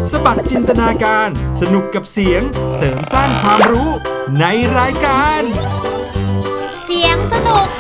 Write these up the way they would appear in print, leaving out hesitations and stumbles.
สบัดจินตนาการสนุกกับเสียงเสริมสร้างความรู้ในรายการเสียงสนุก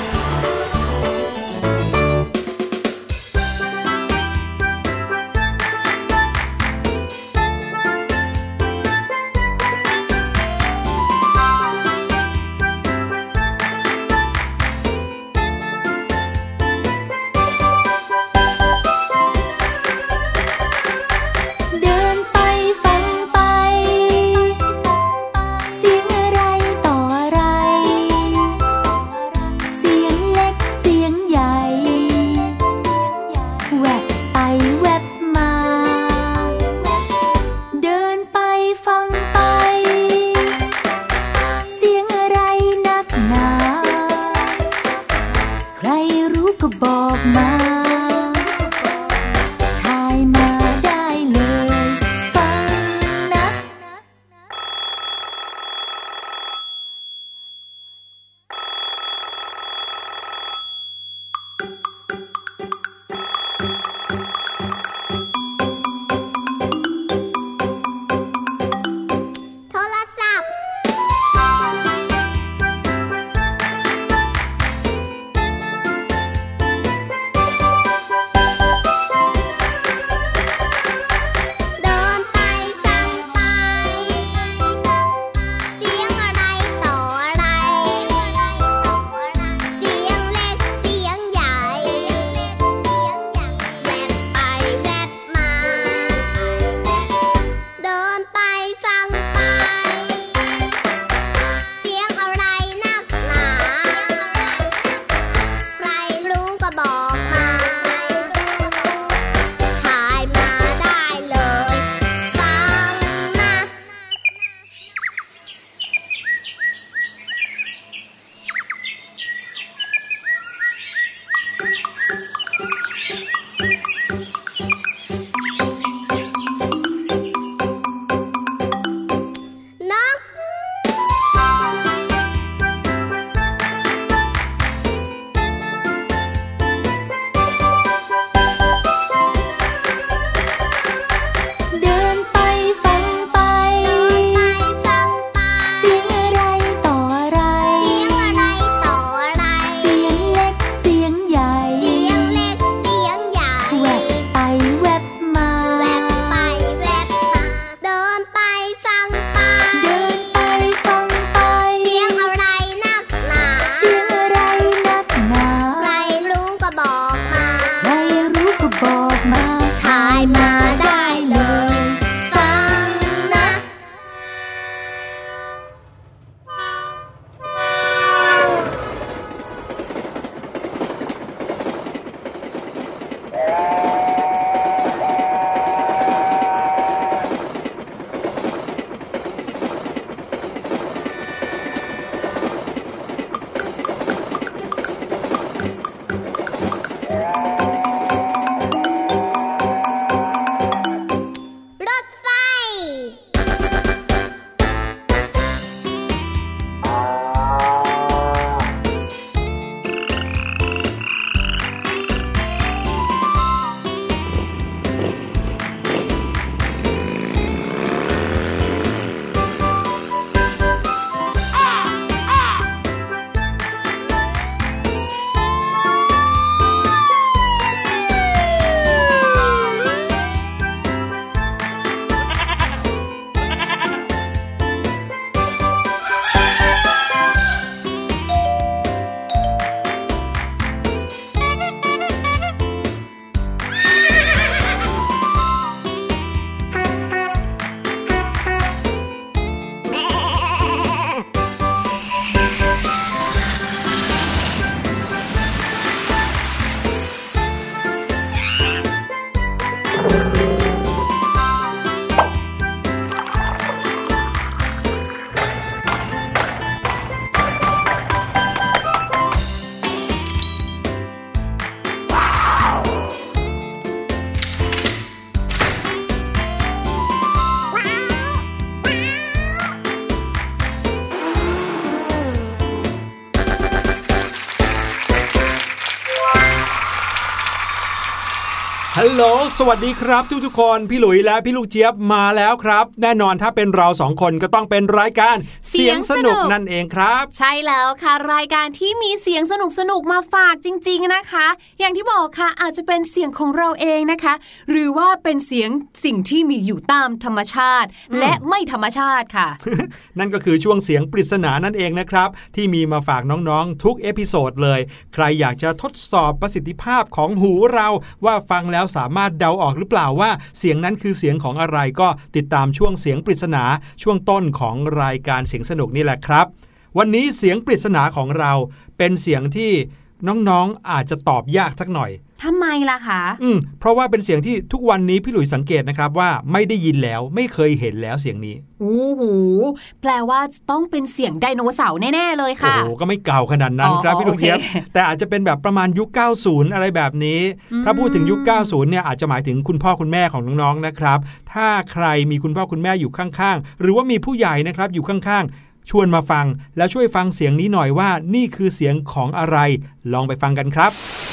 ฮัลโหลสวัสดีครับทุกคนพี่หลุยและพี่ลูกเจี๊ยบมาแล้วครับแน่นอนถ้าเป็นเรา2คนก็ต้องเป็นรายการเสียงสนุกนั่นเองครับใช่แล้วค่ะรายการที่มีเสียงสนุกมาฝากจริงๆนะคะอย่างที่บอกค่ะอาจจะเป็นเสียงของเราเองนะคะหรือว่าเป็นเสียงสิ่งที่มีอยู่ตามธรรมชาติและไม่ธรรมชาติค่ะนั่นก็คือช่วงเสียงปริศนานั่นเองนะครับที่มีมาฝากน้องๆทุกเอพิโซดเลยใครอยากจะทดสอบประสิทธิภาพของหูเราว่าฟังแล้วสามารถเดาออกหรือเปล่าว่าเสียงนั้นคือเสียงของอะไรก็ติดตามช่วงเสียงปริศนาช่วงต้นของรายการเสียงสนุกนี่แหละครับวันนี้เสียงปริศนาของเราเป็นเสียงที่น้องๆอาจจะตอบยากสักหน่อยทำไมล่ะคะเพราะว่าเป็นเสียงที่ทุกวันนี้พี่หลุยสังเกตนะครับว่าไม่ได้ยินแล้วไม่เคยเห็นแล้วเสียงนี้แปลว่าต้องเป็นเสียงไดโนเสาร์แน่ๆเลยค่ะโอ้ก็ไม่เก่าขนาดนั้นครับพี่ลูกเจี๊ยบแต่อาจจะเป็นแบบประมาณยุค90อะไรแบบนี้ถ้าพูดถึงยุค90เนี่ยอาจจะหมายถึงคุณพ่อคุณแม่ของน้องๆนะครับถ้าใครมีคุณพ่อคุณแม่อยู่ข้างๆหรือว่ามีผู้ใหญ่นะครับอยู่ข้างๆชวนมาฟังแล้วช่วยฟังเสียงนี้หน่อยว่านี่คือเสียงของอะไรลองไปฟังกันครับ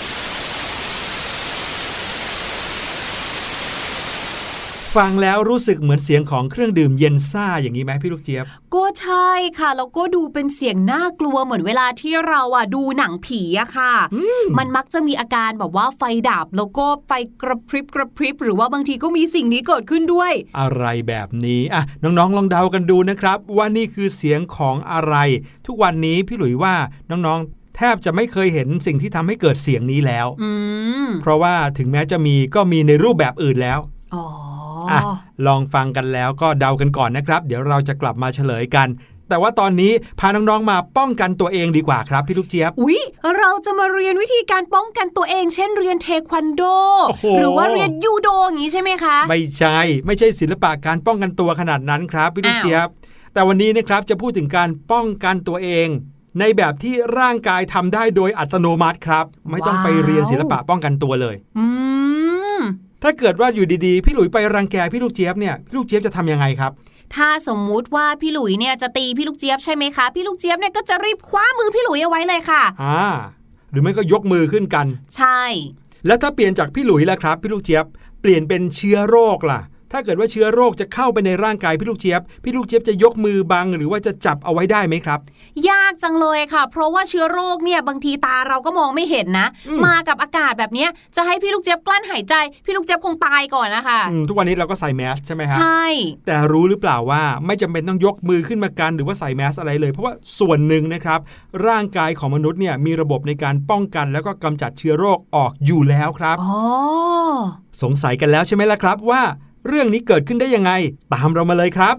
ฟังแล้วรู้สึกเหมือนเสียงของเครื่องดื่มเย็นซ่าอย่างนี้ไหมพี่ลูกเจี๊ยบก็ใช่ค่ะแล้วก็ดูเป็นเสียงน่ากลัวเหมือนเวลาที่เราดูหนังผีอะค่ะมันมักจะมีอาการแบบว่าไฟดับแล้วก็ไฟกระพริบหรือว่าบางทีก็มีสิ่งนี้เกิดขึ้นด้วยอะไรแบบนี้น้องๆลองเดากันดูนะครับว่านี่คือเสียงของอะไรทุกวันนี้พี่หลุยว่าน้องๆแทบจะไม่เคยเห็นสิ่งที่ทำให้เกิดเสียงนี้แล้วเพราะว่าถึงแม้จะมีก็มีในรูปแบบอื่นแล้วลองฟังกันแล้วก็เดากันก่อนนะครับเดี๋ยวเราจะกลับมาเฉลยกันแต่ว่าตอนนี้พาน้องๆมาป้องกันตัวเองดีกว่าครับพี่ลูกเจี๊ยบเราจะมาเรียนวิธีการป้องกันตัวเองเช่นเรียนเทควันโดหรือว่าเรียนยูโดอย่างนี้ใช่ไหมคะไม่ใช่ศิลปะการป้องกันตัวขนาดนั้นครับพี่ลูกเจี๊ยบแต่วันนี้นะครับจะพูดถึงการป้องกันตัวเองในแบบที่ร่างกายทำได้โดยอัตโนมัติครับไม่ต้องไปเรียนศิลปะป้องกันตัวเลยถ้าเกิดว่าอยู่ดีๆพี่หลุยไปรังแกพี่ลูกเจี๊ยบเนี่ยพี่ลูกเจี๊ยบจะทำยังไงครับถ้าสมมุติว่าพี่หลุยเนี่ยจะตีพี่ลูกเจี๊ยบใช่ไหมคะพี่ลูกเจี๊ยบเนี่ยก็จะรีบคว้ามือพี่หลุยเอาไว้เลยค่ะหรือไม่ก็ยกมือขึ้นกันใช่แล้วถ้าเปลี่ยนจากพี่หลุยล่ะครับพี่ลูกเจี๊ยบเปลี่ยนเป็นเชื้อโรคล่ะถ้าเกิดว่าเชื้อโรคจะเข้าไปในร่างกายพี่ลูกเจี๊ยบจะยกมือบังหรือว่าจะจับเอาไว้ได้ไหมครับยากจังเลยค่ะเพราะว่าเชื้อโรคเนี่ยบางทีตาเราก็มองไม่เห็นนะมากับอากาศแบบนี้จะให้พี่ลูกเจี๊ยบกลั้นหายใจพี่ลูกเจี๊ยบคงตายก่อนนะคะทุกวันนี้เราก็ใส่แมสใช่ไหมครับใช่แต่รู้หรือเปล่าว่าไม่จำเป็นต้องยกมือขึ้นมากันหรือว่าใส่แมสอะไรเลยเพราะว่าส่วนหนึ่งนะครับร่างกายของมนุษย์เนี่ยมีระบบในการป้องกันแล้วก็กำจัดเชื้อโรคออกอยู่แล้วครับสงสัยกันแล้วใช่ไหมล่ะครับว่าเรื่องนี้เกิดขึ้นได้ยังไงตามเรามาเลยครับ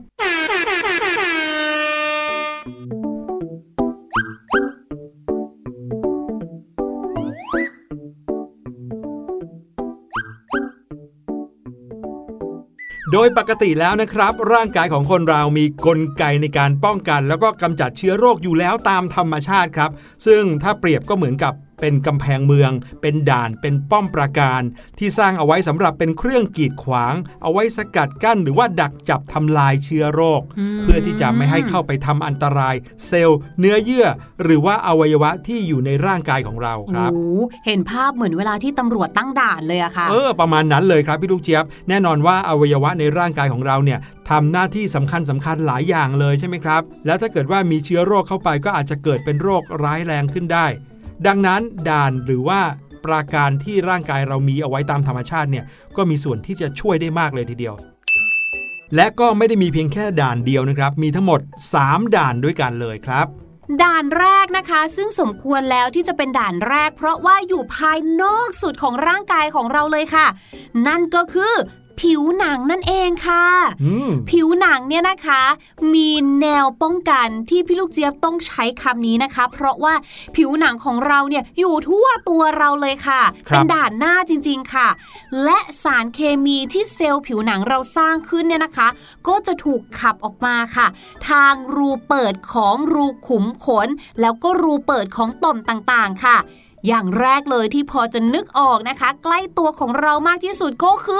โดยปกติแล้วนะครับร่างกายของคนเรามีกลไกในการป้องกันแล้วก็กำจัดเชื้อโรคอยู่แล้วตามธรรมชาติครับซึ่งถ้าเปรียบก็เหมือนกับเป็นกำแพงเมืองเป็นด่านเป็นป้อมปราการที่สร้างเอาไว้สำหรับเป็นเครื่องกีดขวางเอาไว้สกัดกั้นหรือว่าดักจับทำลายเชื้อโรคเพื่อที่จะไม่ให้เข้าไปทำอันตรายเซลล์เนื้อเยื่อหรือว่าอวัยวะที่อยู่ในร่างกายของเราครับเห็นภาพเหมือนเวลาที่ตำรวจตั้งด่านเลยอะค่ะประมาณนั้นเลยครับพี่ลูกเจี๊ยบแน่นอนว่าอวัยวะในร่างกายของเราเนี่ยทำหน้าที่สำคัญหลายอย่างเลยใช่ไหมครับแล้วถ้าเกิดว่ามีเชื้อโรคเข้าไปก็อาจจะเกิดเป็นโรคร้ายแรงขึ้นได้ดังนั้นด่านหรือว่าปราการที่ร่างกายเรามีเอาไว้ตามธรรมชาติเนี่ยก็มีส่วนที่จะช่วยได้มากเลยทีเดียวและก็ไม่ได้มีเพียงแค่ด่านเดียวนะครับมีทั้งหมด3ด่านด้วยกันเลยครับด่านแรกนะคะซึ่งสมควรแล้วที่จะเป็นด่านแรกเพราะว่าอยู่ภายนอกสุดของร่างกายของเราเลยค่ะนั่นก็คือผิวหนังนั่นเองค่ะผิวหนังเนี่ยนะคะมีแนวป้องกันที่พี่ลูกเจี๊ยบต้องใช้คำนี้นะคะเพราะว่าผิวหนังของเราเนี่ยอยู่ทั่วตัวเราเลยค่ะเป็นด่านหน้าจริงๆค่ะและสารเคมีที่เซลล์ผิวหนังเราสร้างขึ้นเนี่ยนะคะก็จะถูกขับออกมาค่ะทางรูเปิดของรูขุมขนแล้วก็รูเปิดของต่อมต่างๆค่ะอย่างแรกเลยที่พอจะนึกออกนะคะใกล้ตัวของเรามากที่สุดก็คือ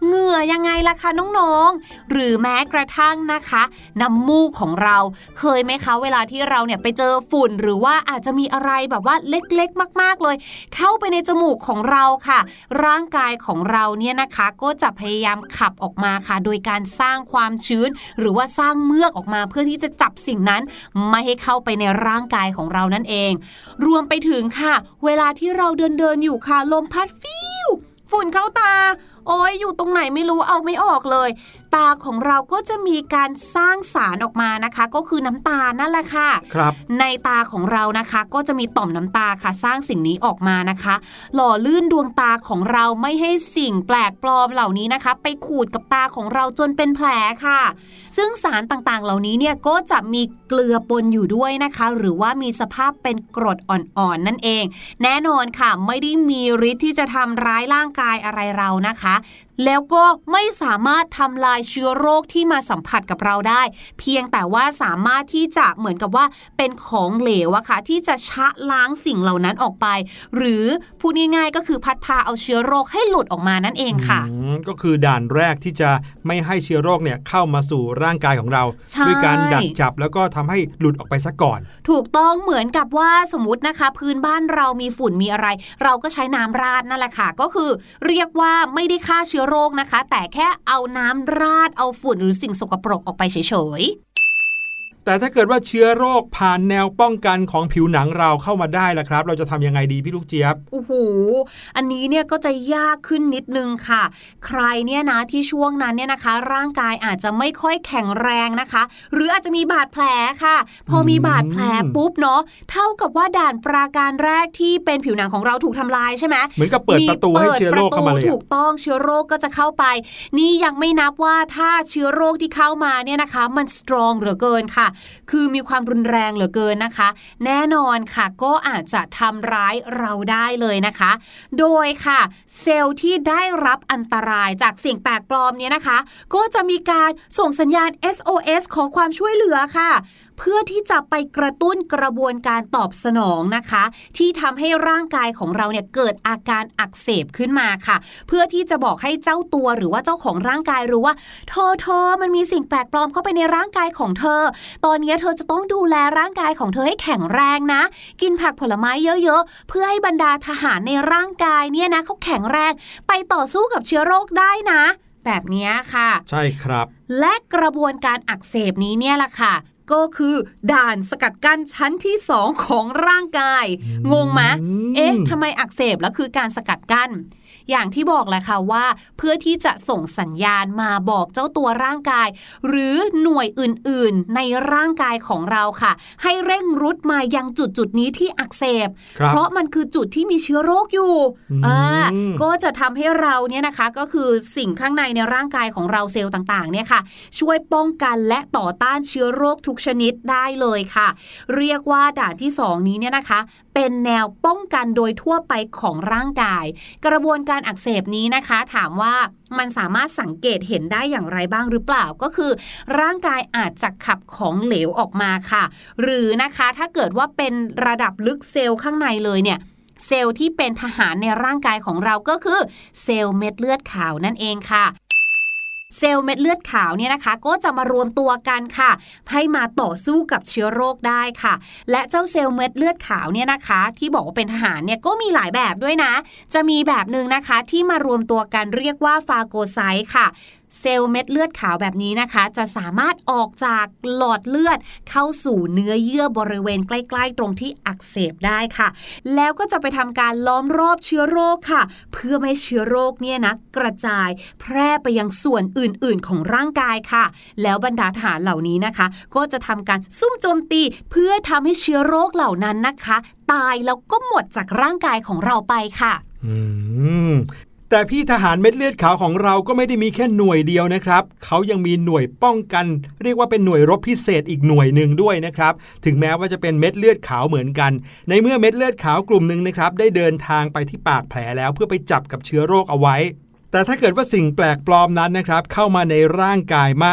เหงื่อยังไงล่ะคะน้องๆหรือแม้กระทั่งนะคะน้ำมูกของเราเคยไหมคะเวลาที่เราเนี่ยไปเจอฝุ่นหรือว่าอาจจะมีอะไรแบบว่าเล็กๆมากๆเลยเข้าไปในจมูกของเราค่ะร่างกายของเราเนี่ยนะคะก็จะพยายามขับออกมาค่ะโดยการสร้างความชื้นหรือว่าสร้างเมือกออกมาเพื่อที่จะจับสิ่งนั้นไม่ให้เข้าไปในร่างกายของเรานั่นเองรวมไปถึงค่ะเวลาที่เราเดินอยู่ค่ะลมพัดฟิวฝุ่นเข้าตาโอ้ยอยู่ตรงไหนไม่รู้เอาไม่ออกเลยตาของเราก็จะมีการสร้างสารออกมานะคะก็คือน้ำตานั่นแหละค่ะครับในตาของเรานะคะก็จะมีต่อมน้ำตาค่ะสร้างสิ่งนี้ออกมานะคะหล่อลื่นดวงตาของเราไม่ให้สิ่งแปลกปลอมเหล่านี้นะคะไปขูดกับตาของเราจนเป็นแผลค่ะซึ่งสารต่างๆเหล่านี้เนี่ยก็จะมีเกลือปนอยู่ด้วยนะคะหรือว่ามีสภาพเป็นกรดอ่อนๆนั่นเองแน่นอนค่ะไม่ได้มีฤทธิ์ที่จะทำร้ายร่างกายอะไรเรานะคะแล้วก็ไม่สามารถทำลายเชื้อโรคที่มาสัมผัสกับเราได้เพียงแต่ว่าสามารถที่จะเหมือนกับว่าเป็นของเหลวอะค่ะที่จะชะล้างสิ่งเหล่านั้นออกไปหรือพูดง่ายๆก็คือพัดพาเอาเชื้อโรคให้หลุดออกมานั่นเองค่ะก็คือด่านแรกที่จะไม่ให้เชื้อโรคเนี่ยเข้ามาสู่ร่างกายของเราด้วยการดักจับแล้วก็ทำให้หลุดออกไปซะก่อนถูกต้องเหมือนกับว่าสมมตินะคะพื้นบ้านเรามีฝุ่นมีอะไรเราก็ใช้น้ำราดนั่นแหละค่ะก็คือเรียกว่าไม่ได้ฆ่าเชื้อโรคนะคะแต่แค่เอาน้ำราดเอาฝุ่นหรือสิ่งสกปรกออกไปเฉยๆแต่ถ้าเกิดว่าเชื้อโรคผ่านแนวป้องกันของผิวหนังเราเข้ามาได้ล่ะครับเราจะทำยังไงดีพี่ลูกเจี๊ยบโอ้โหอันนี้เนี่ยก็จะยากขึ้นนิดนึงค่ะใครเนี่ยนะที่ช่วงนั้นเนี่ยนะคะร่างกายอาจจะไม่ค่อยแข็งแรงนะคะหรืออาจจะมีบาดแผลค่ะพอมีบาดแผลปุ๊บเนาะเท่ากับว่าด่านปราการแรกที่เป็นผิวหนังของเราถูกทำลายใช่ไหมเหมือนกับเปิดประตูให้เชื้อโรคเข้ามาเลยถูกต้องเชื้อโรคก็จะเข้าไปนี่ยังไม่นับว่าถ้าเชื้อโรคที่เข้ามาเนี่ยนะคะมันสตรองเหลือเกินค่ะคือมีความรุนแรงเหลือเกินนะคะแน่นอนค่ะก็อาจจะทำร้ายเราได้เลยนะคะโดยค่ะเซลล์ที่ได้รับอันตรายจากสิ่งแปลกปลอมเนี่ยนะคะก็จะมีการส่งสัญญาณ SOS ขอความช่วยเหลือค่ะเพื่อที่จะไปกระตุ้นกระบวนการตอบสนองนะคะที่ทำให้ร่างกายของเราเนี่ยเกิดอาการอักเสบขึ้นมาค่ะเพื่อที่จะบอกให้เจ้าตัวหรือว่าเจ้าของร่างกายรู้ว่าเธอมันมีสิ่งแปลกปลอมเข้าไปในร่างกายของเธอตอนนี้เธอจะต้องดูแลร่างกายของเธอให้แข็งแรงนะกินผักผลไม้เยอะๆเพื่อให้บรรดาทหารในร่างกายเนี่ยนะเขาแข็งแรงไปต่อสู้กับเชื้อโรคได้นะแบบนี้ค่ะใช่ครับและกระบวนการอักเสบนี้เนี่ยล่ะค่ะก็คือด่านสกัดกั้นชั้นที่2ของร่างกายงงไหมทำไมอักเสบแล้วคือการสกัดกั้นอย่างที่บอกแหละค่ะว่าเพื่อที่จะส่งสัญญาณมาบอกเจ้าตัวร่างกายหรือหน่วยอื่นๆในร่างกายของเราค่ะให้เร่งรุดมายังจุดนี้ที่อักเสบเพราะมันคือจุดที่มีเชื้อโรคอยู่ก็จะทำให้เราเนี่ยนะคะก็คือสิ่งข้างในร่างกายของเราเซลล์ต่างๆเนี่ยค่ะช่วยป้องกันและต่อต้านเชื้อโรคทุกชนิดได้เลยค่ะเรียกว่าด่านที่2นี้เนี่ยนะคะเป็นแนวป้องกันโดยทั่วไปของร่างกายกระบวนการอักเสบนี้นะคะถามว่ามันสามารถสังเกตเห็นได้อย่างไรบ้างหรือเปล่าก็คือร่างกายอาจจะขับของเหลวออกมาค่ะหรือนะคะถ้าเกิดว่าเป็นระดับลึกเซลล์ข้างในเลยเนี่ยเซลล์ที่เป็นทหารในร่างกายของเราก็คือเซลล์เม็ดเลือดขาวนั่นเองค่ะเซลล์เม็ดเลือดขาวเนี่ยนะคะก็จะมารวมตัวกันค่ะให้มาต่อสู้กับเชื้อโรคได้ค่ะและเจ้าเซลล์เม็ดเลือดขาวเนี่ยนะคะที่บอกว่าเป็นทหารเนี่ยก็มีหลายแบบด้วยนะจะมีแบบนึงนะคะที่มารวมตัวกันเรียกว่าฟาโกไซต์ค่ะเซลล์เม็ดเลือดขาวแบบนี้นะคะจะสามารถออกจากหลอดเลือดเข้าสู่เนื้อเยื่อบริเวณใกล้ๆตรงที่อักเสบได้ค่ะแล้วก็จะไปทำการล้อมรอบเชื้อโรคค่ะเพื่อไม่ให้เชื้อโรคเนี่ยนะกระจายแพร่ไปยังส่วนอื่นๆของร่างกายค่ะแล้วบรรดาทหารเหล่านี้นะคะก็จะทำการซุ่มโจมตีเพื่อทำให้เชื้อโรคเหล่านั้นนะคะตายแล้วก็หมดจากร่างกายของเราไปค่ะแต่พี่ทหารเม็ดเลือดขาวของเราก็ไม่ได้มีแค่หน่วยเดียวนะครับเขายังมีหน่วยป้องกันเรียกว่าเป็นหน่วยรบพิเศษอีกหน่วยหนึ่งด้วยนะครับถึงแม้ว่าจะเป็นเม็ดเลือดขาวเหมือนกันในเมื่อเม็ดเลือดขาวกลุ่มนึงนะครับได้เดินทางไปที่ปากแผลแล้วเพื่อไปจับกับเชื้อโรคเอาไว้แต่ถ้าเกิดว่าสิ่งแปลกปลอมนั้นนะครับเข้ามาในร่างกายมาก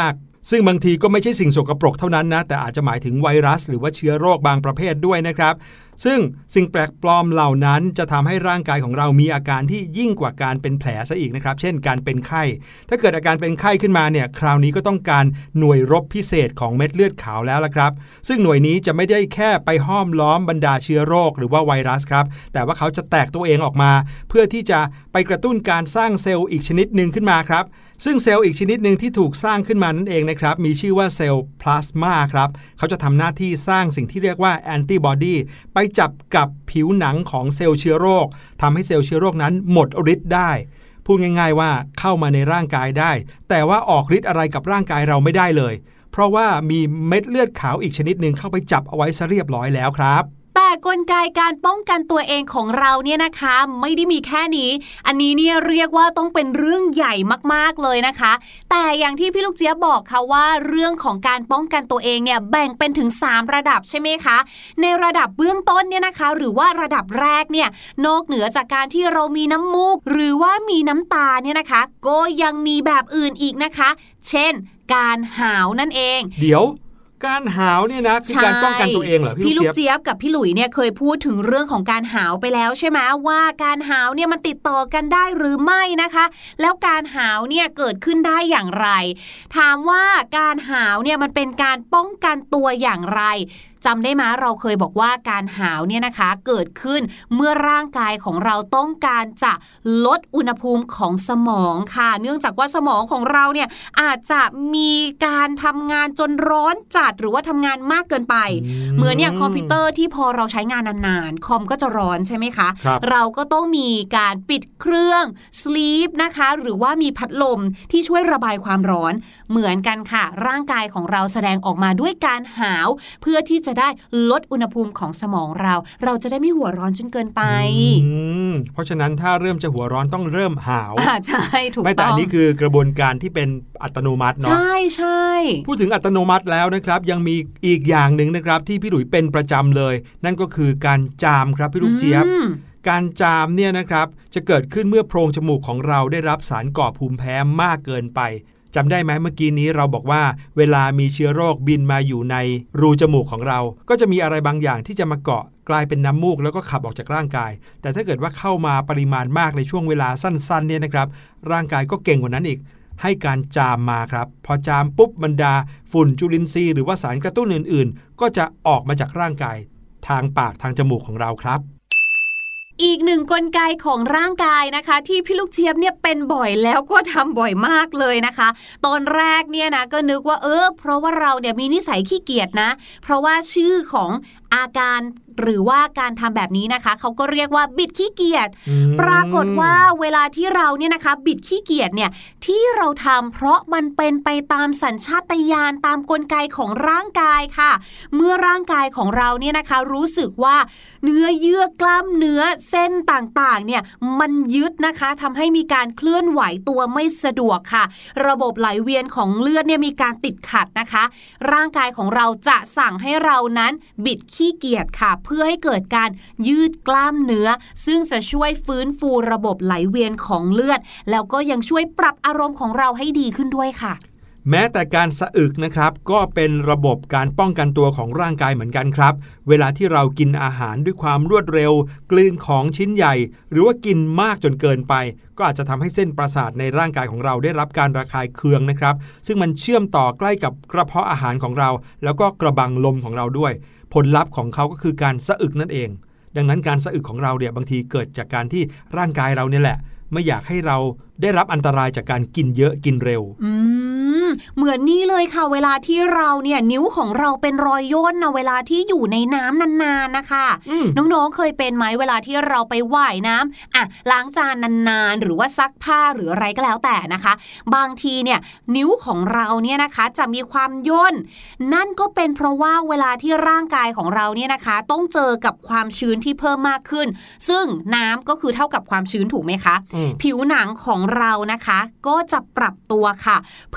ซึ่งบางทีก็ไม่ใช่สิ่งสกปรกเท่านั้นนะแต่อาจจะหมายถึงไวรัสหรือว่าเชื้อโรคบางประเภทด้วยนะครับซึ่งสิ่งแปลกปลอมเหล่านั้นจะทำให้ร่างกายของเรามีอาการที่ยิ่งกว่าการเป็นแผลซะอีกนะครับเช่นการเป็นไข้ถ้าเกิดอาการเป็นไข้ขึ้นมาเนี่ยคราวนี้ก็ต้องการหน่วยรบพิเศษของเม็ดเลือดขาวแล้วละครับซึ่งหน่วยนี้จะไม่ได้แค่ไปห้อมล้อมบรรดาเชื้อโรคหรือว่าไวรัสครับแต่ว่าเขาจะแตกตัวเองออกมาเพื่อที่จะไปกระตุ้นการสร้างเซลล์อีกชนิดหนึ่งขึ้นมาครับซึ่งเซลล์อีกชนิดหนึ่งที่ถูกสร้างขึ้นมานั่นเองนะครับมีชื่อว่าเซลล์พลาสมาครับเขาจะทำหน้าที่สร้างสิ่งที่เรียกว่าแอนติบอดีไปจับกับผิวหนังของเซลล์เชื้อโรคทำให้เซลล์เชื้อโรคนั้นหมดฤทธิ์ได้พูดง่ายๆว่าเข้ามาในร่างกายได้แต่ว่าออกฤทธิ์อะไรกับร่างกายเราไม่ได้เลยเพราะว่ามีเม็ดเลือดขาวอีกชนิดหนึ่งเข้าไปจับเอาไว้ซะเรียบร้อยแล้วครับแต่กลไกการป้องกันตัวเองของเราเนี่ยนะคะไม่ได้มีแค่นี้อันนี้เนี่ยเรียกว่าต้องเป็นเรื่องใหญ่มากๆเลยนะคะแต่อย่างที่พี่ลูกเจี๊ยบบอกค่ะว่าเรื่องของการป้องกันตัวเองเนี่ยแบ่งเป็นถึง3ระดับใช่ไหมคะในระดับเบื้องต้นเนี่ยนะคะหรือว่าระดับแรกเนี่ยนอกเหนือจากการที่เรามีน้ำมูกหรือว่ามีน้ำตาเนี่ยนะคะก็ยังมีแบบอื่นอีกนะคะเช่นการหาวนั่นเองเดี๋ยวการหาวเนี่ยนะคือการป้องกันตัวเองเหรอพี่ลูกเจี๊ยบกับพี่หลุยเนี่ยเคยพูดถึงเรื่องของการหาวไปแล้วใช่ไหมว่าการหาวเนี่ยมันติดต่อกันได้หรือไม่นะคะแล้วการหาวเนี่ยเกิดขึ้นได้อย่างไรถามว่าการหาวเนี่ยมันเป็นการป้องกันตัวอย่างไรจำได้ไหมเราเคยบอกว่าการหาวเนี่ยนะคะเกิดขึ้นเมื่อร่างกายของเราต้องการจะลดอุณหภูมิของสมองค่ะเนื่องจากว่าสมองของเราเนี่ยอาจจะมีการทำงานจนร้อนจัดหรือว่าทำงานมากเกินไปเหมือนอย่างคอมพิวเตอร์ที่พอเราใช้งานนานๆคอมก็จะร้อนใช่ไหมคะเราก็ต้องมีการปิดเครื่องสลีปนะคะหรือว่ามีพัดลมที่ช่วยระบายความร้อนเหมือนกันค่ะร่างกายของเราแสดงออกมาด้วยการหาวเพื่อที่จะได้ลดอุณหภูมิของสมองเราจะได้ไม่หัวร้อนจนเกินไปเพราะฉะนั้นถ้าเริ่มจะหัวร้อนต้องเริ่มหาวใช่ถูกต้องไม่แต่อันนี้คือกระบวนการที่เป็นอัตโนมัติเนาะใช่พูดถึงอัตโนมัติแล้วนะครับยังมีอีกอย่างหนึ่งนะครับที่พี่หลุยเป็นประจำเลยนั่นก็คือการจามครับพี่ลูกเจี๊ยบการจามเนี่ยนะครับจะเกิดขึ้นเมื่อโพรงจมูกของเราได้รับสารก่อภูมิแพ้มากเกินไปจำได้ไหมเมื่อกี้นี้เราบอกว่าเวลามีเชื้อโรคบินมาอยู่ในรูจมูกของเราก็จะมีอะไรบางอย่างที่จะมาเกาะกลายเป็นน้ำมูกแล้วก็ขับออกจากร่างกายแต่ถ้าเกิดว่าเข้ามาปริมาณมากในช่วงเวลาสั้นๆเนี่ยนะครับร่างกายก็เก่งกว่านั้นอีกให้การจามมาครับพอจามปุ๊บบรรดาฝุ่นจุลินทรีย์หรือว่าสารกระตุ้นอื่นๆก็จะออกมาจากร่างกายทางปากทางจมูกของเราครับอีกหนึ่งกลไกของร่างกายนะคะที่พี่ลูกเจี๊ยบเนี่ยเป็นบ่อยแล้วก็ทำบ่อยมากเลยนะคะตอนแรกเนี่ยนะก็นึกว่าเพราะว่าเราเนี่ยมีนิสัยขี้เกียจนะเพราะว่าชื่อของอาการหรือว่าการทำแบบนี้นะคะเขาก็เรียกว่าบิดขี้เกียจปรากฏว่าเวลาที่เราเนี่ยนะคะบิดขี้เกียจเนี่ยที่เราทำเพราะมันเป็นไปตามสัญชาตญาณตามกลไกของร่างกายค่ะเมื่อร่างกายของเราเนี่ยนะคะรู้สึกว่าเนื้อเยื่อกล้ามเนื้อเส้นต่างๆเนี่ยมันยึดนะคะทำให้มีการเคลื่อนไหวตัวไม่สะดวกค่ะระบบไหลเวียนของเลือดเนี่ยมีการติดขัดนะคะร่างกายของเราจะสั่งให้เรานั้นบิดขี้เกียจค่ะเพื่อให้เกิดการยืดกล้ามเนื้อซึ่งจะช่วยฟื้นฟูระบบไหลเวียนของเลือดแล้วก็ยังช่วยปรับอารมณ์ของเราให้ดีขึ้นด้วยค่ะแม้แต่การสะอึกนะครับก็เป็นระบบการป้องกันตัวของร่างกายเหมือนกันครับเวลาที่เรากินอาหารด้วยความรวดเร็วกลืนของชิ้นใหญ่หรือว่ากินมากจนเกินไปก็อาจจะทำให้เส้นประสาทในร่างกายของเราได้รับการระคายเคืองนะครับซึ่งมันเชื่อมต่อใกล้กับกระเพาะอาหารของเราแล้วก็กระบังลมของเราด้วยผลลัพธ์ของเขาก็คือการสะอึกนั่นเองดังนั้นการสะอึกของเราเนี่ยบางทีเกิดจากการที่ร่างกายเราเนี่ยแหละไม่อยากให้เราได้รับอันตรายจากการกินเยอะกินเร็วเหมือนนี่เลยค่ะเวลาที่เราเนี่ยนิ้วของเราเป็นรอยย่นนะเวลาที่อยู่ในน้ำนานๆนะคะน้องๆเคยเป็นไหมเวลาที่เราไปว่ายน้ำล้างจานนานๆหรือว่าซักผ้าหรืออะไรก็แล้วแต่นะคะบางทีเนี่ยนิ้วของเราเนี่ยนะคะจะมีความย่นนั่นก็เป็นเพราะว่าเวลาที่ร่างกายของเราเนี่ยนะคะต้องเจอกับความชื้นที่เพิ่มมากขึ้นซึ่งน้ำก็คือเท่ากับความชื้นถูกไหมคะผิวหนังของเรานะคะก็จะปรับตัวค่ะเพื่อให้เรา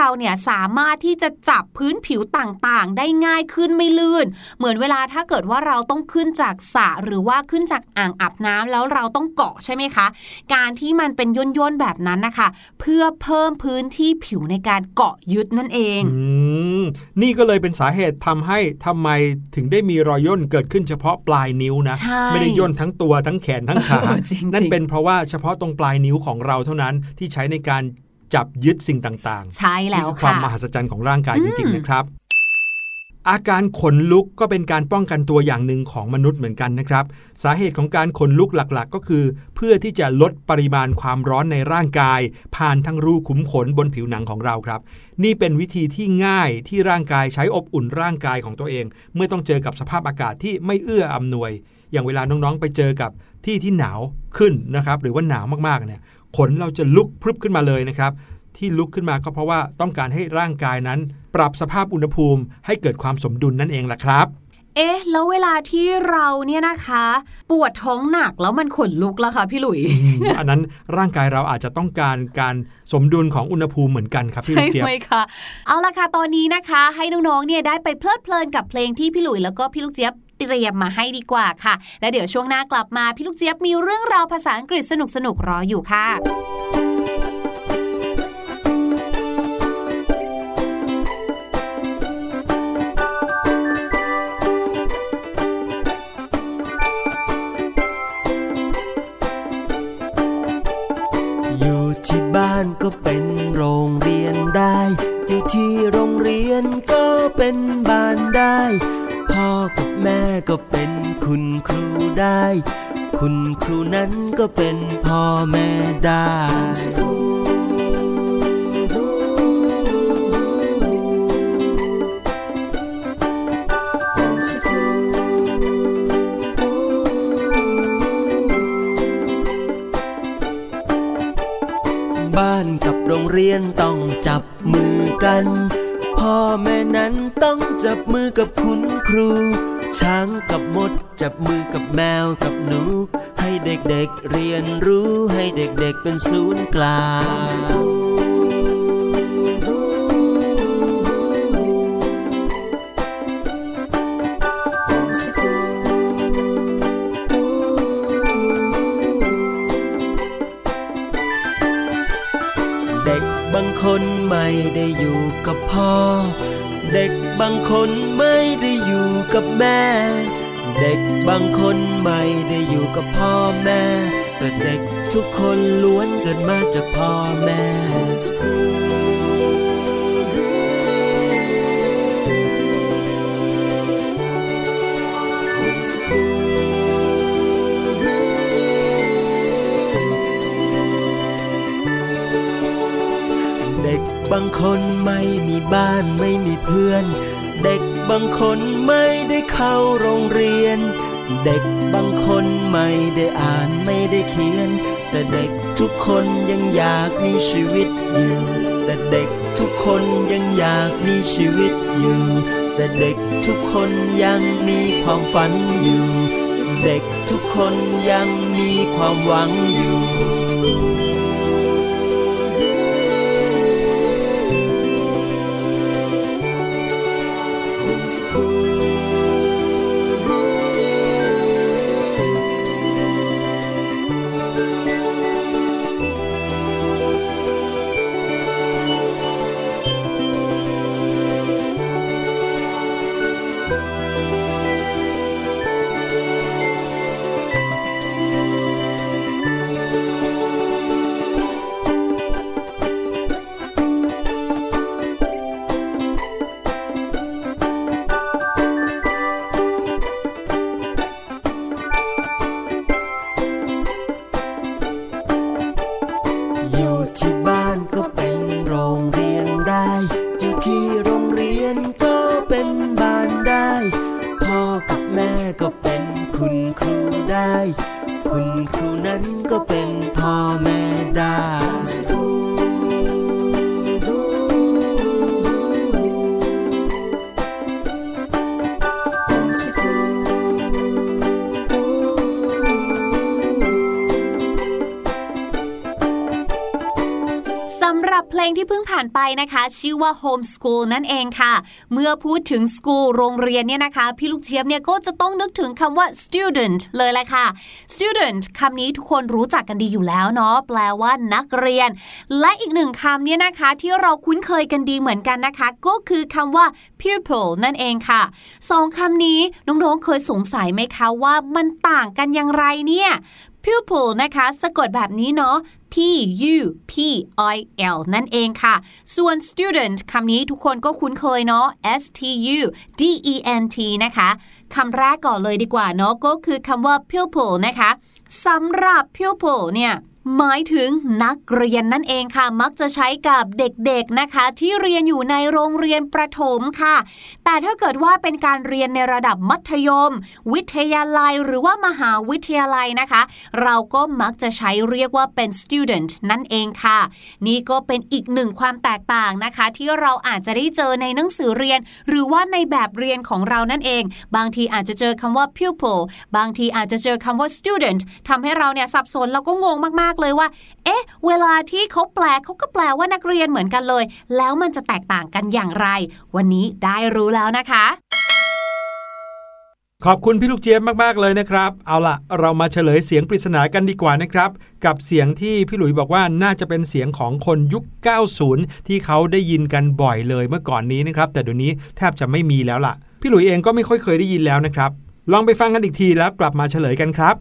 เราเนี่ยสามารถที่จะจับพื้นผิวต่างๆได้ง่ายขึ้นไม่ลื่นเหมือนเวลาถ้าเกิดว่าเราต้องขึ้นจากสระหรือว่าขึ้นจากอ่างอาบน้ำแล้วเราต้องเกาะใช่ไหมคะการที่มันเป็นย่นๆแบบนั้นนะคะเพื่อเพิ่มพื้นที่ผิวในการเกาะยึดนั่นเองนี่ก็เลยเป็นสาเหตุทำไมถึงได้มีรอยย่นเกิดขึ้นเฉพาะปลายนิ้วนะไม่ได้ย่นทั้งตัวทั้งแขนทั้งขา นั่นเป็นเพราะว่าเฉพาะตรงปลายนิ้วของเราเท่านั้นที่ใช้ในการจับยึดสิ่งต่างๆใช่แล้วค่ะความมหัศจรรย์ของร่างกายจริงๆนะครับอาการขนลุกก็เป็นการป้องกันตัวอย่างหนึ่งของมนุษย์เหมือนกันนะครับสาเหตุของการขนลุกหลักๆก็คือเพื่อที่จะลดปริมาณความร้อนในร่างกายผ่านทั้งรูขุมขนบนผิวหนังของเราครับนี่เป็นวิธีที่ง่ายที่ร่างกายใช้อบอุ่นร่างกายของตัวเองเมื่อต้องเจอกับสภาพอากาศที่ไม่เอื้ออำนวยอย่างเวลาน้องๆไปเจอกับที่หนาวขึ้นนะครับหรือว่าหนาวมากๆเนี่ยขนเราจะลุกพรึบขึ้นมาเลยนะครับที่ลุกขึ้นมาก็เพราะว่าต้องการให้ร่างกายนั้นปรับสภาพอุณหภูมิให้เกิดความสมดุลนั่นเองล่ะครับแล้วเวลาที่เราเนี่ยนะคะปวดท้องหนักแล้วมันขนลุกล่ะคะพี่หลุยอันนั้นร่างกายเราอาจจะต้องการสมดุลของอุณหภูมิเหมือนกันครับพี่ลูกเจี๊ยบใช่ไหมคะเอาล่ะค่ะตอนนี้นะคะให้น้องๆเนี่ยได้ไปเพลิดเพลินกับเพลงที่พี่หลุยแล้วก็พี่ลูกเจี๊ยบเตรียมมาให้ดีกว่าค่ะแล้วเดี๋ยวช่วงหน้ากลับมาพี่ลูกเจี๊ยบมีเรื่องราวภาษาอังกฤษสนุกๆรออยู่ค่ะบ้านก็เป็นโรงเรียนได้อยู่ที่โรงเรียนก็เป็นบ้านได้พ่อกับแม่ก็เป็นคุณครูได้คุณครูนั้นก็เป็นพ่อแม่ได้บ้านกับโรงเรียนต้องจับมือกันพ่อแม่นั้นต้องจับมือกับคุณครูช้างกับมดจับมือกับแมวกับหนูให้เด็กๆเรียนรู้ให้เด็กๆเป็นศูนย์กลางบางคนไม่ได้อยู่กับพ่อเด็กบางคนไม่ได้อยู่กับแม่เด็กบางคนไม่ได้อยู่กับพ่อแม่แต่เด็กทุกคนล้วนเกิดมาจากพ่อแม่บางคนไม่มีบ้านไม่มีเพื่อนเด็กบางคนไม่ได้เข้าโรงเรียนเด็กบางคนไม่ได้อ่านไม่ได้เขียนแต่เด็กทุกคนยังอยากมีชีวิตอยู่แต่เด็กทุกคนยังอยากมีชีวิตอยู่แต่เด็กทุกคนยังมีความฝันอยู่เด็กทุกคนยังมีความหวังอยู่บเพลงที่เพิ่งผ่านไปนะคะชื่อว่า Home School นั่นเองค่ะเมื่อพูดถึง school โรงเรียนเนี่ยนะคะพี่ลูกเจี๊ยบเนี่ยก็จะต้องนึกถึงคำว่า student เลยแหละค่ะ student คำนี้ทุกคนรู้จักกันดีอยู่แล้วเนาะแปลว่านักเรียนและอีกหนึ่งคำเนี่ยนะคะที่เราคุ้นเคยกันดีเหมือนกันนะคะก็คือคำว่า pupil นั่นเองค่ะสองคำนี้น้องๆเคยสงสัยไหมคะว่ามันต่างกันอย่างไรเนี่ย pupil นะคะสะกดแบบนี้เนาะP-U-P-I-L นั่นเองค่ะส่วน student คำนี้ทุกคนก็คุ้นเคยเนาะ S-T-U-D-E-N-T นะคะคำแรกก่อนเลยดีกว่าเนาะก็คือคำว่า pupil นะคะสำหรับ pupil เนี่ยหมายถึงนักเรียนนั่นเองค่ะมักจะใช้กับเด็กๆนะคะที่เรียนอยู่ในโรงเรียนประถมค่ะแต่ถ้าเกิดว่าเป็นการเรียนในระดับมัธยมวิทยาลัยหรือว่ามหาวิทยาลัยนะคะเราก็มักจะใช้เรียกว่าเป็น student นั่นเองค่ะนี่ก็เป็นอีกหนึ่งความแตกต่างนะคะที่เราอาจจะได้เจอในหนังสือเรียนหรือว่าในแบบเรียนของเรานั่นเองบางทีอาจจะเจอคำว่า pupil บางทีอาจจะเจอคำว่า student ทำให้เราเนี่ยสับสนแล้วก็งงมากเลยว่าเวลาที่เขาแปลเขาก็แปลว่านักเรียนเหมือนกันเลยแล้วมันจะแตกต่างกันอย่างไรวันนี้ได้รู้แล้วนะคะขอบคุณพี่ลูกเจี๊ยบมากๆเลยนะครับเอาล่ะเรามาเฉลยเสียงปริศนากันดีกว่านะครับกับเสียงที่พี่หลุยบอกว่าน่าจะเป็นเสียงของคนยุค 90 ที่เขาได้ยินกันบ่อยเลยเมื่อก่อนนี้นะครับแต่เดี๋ยวนี้แทบจะไม่มีแล้วล่ะพี่หลุยเองก็ไม่ค่อยเคยได้ยินแล้วนะครับลองไปฟังกันอีกทีแล้วกลับมาเฉลยกันครับ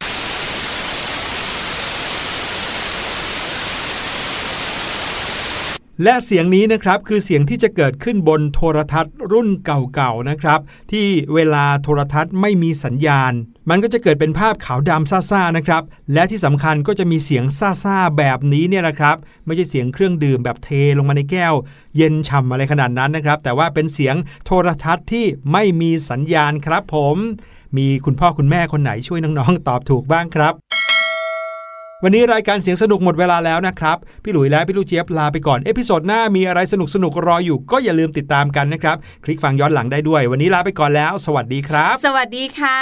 และเสียงนี้นะครับคือเสียงที่จะเกิดขึ้นบนโทรทัศน์รุ่นเก่าๆนะครับที่เวลาโทรทัศน์ไม่มีสัญญาณมันก็จะเกิดเป็นภาพขาวดำซ่าๆนะครับและที่สำคัญก็จะมีเสียงซ่าๆแบบนี้เนี่ยแหละครับไม่ใช่เสียงเครื่องดื่มแบบเทลงมาในแก้วเย็นฉ่ำอะไรขนาดนั้นนะครับแต่ว่าเป็นเสียงโทรทัศน์ที่ไม่มีสัญญาณครับผมมีคุณพ่อคุณแม่คนไหนช่วยน้องๆตอบถูกบ้างครับวันนี้รายการเสียงสนุกหมดเวลาแล้วนะครับพี่หลุยและพี่ลูกเจี๊ยบลาไปก่อนเอพิโซดหน้ามีอะไรสนุกๆรออยู่ก็อย่าลืมติดตามกันนะครับคลิกฟังย้อนหลังได้ด้วยวันนี้ลาไปก่อนแล้วสวัสดีครับสวัสดีค่ะ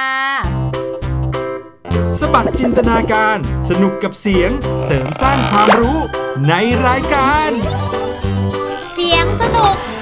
สบัดจินตนาการสนุกกับเสียงเสริมสร้างความรู้ในรายการเสียงสนุก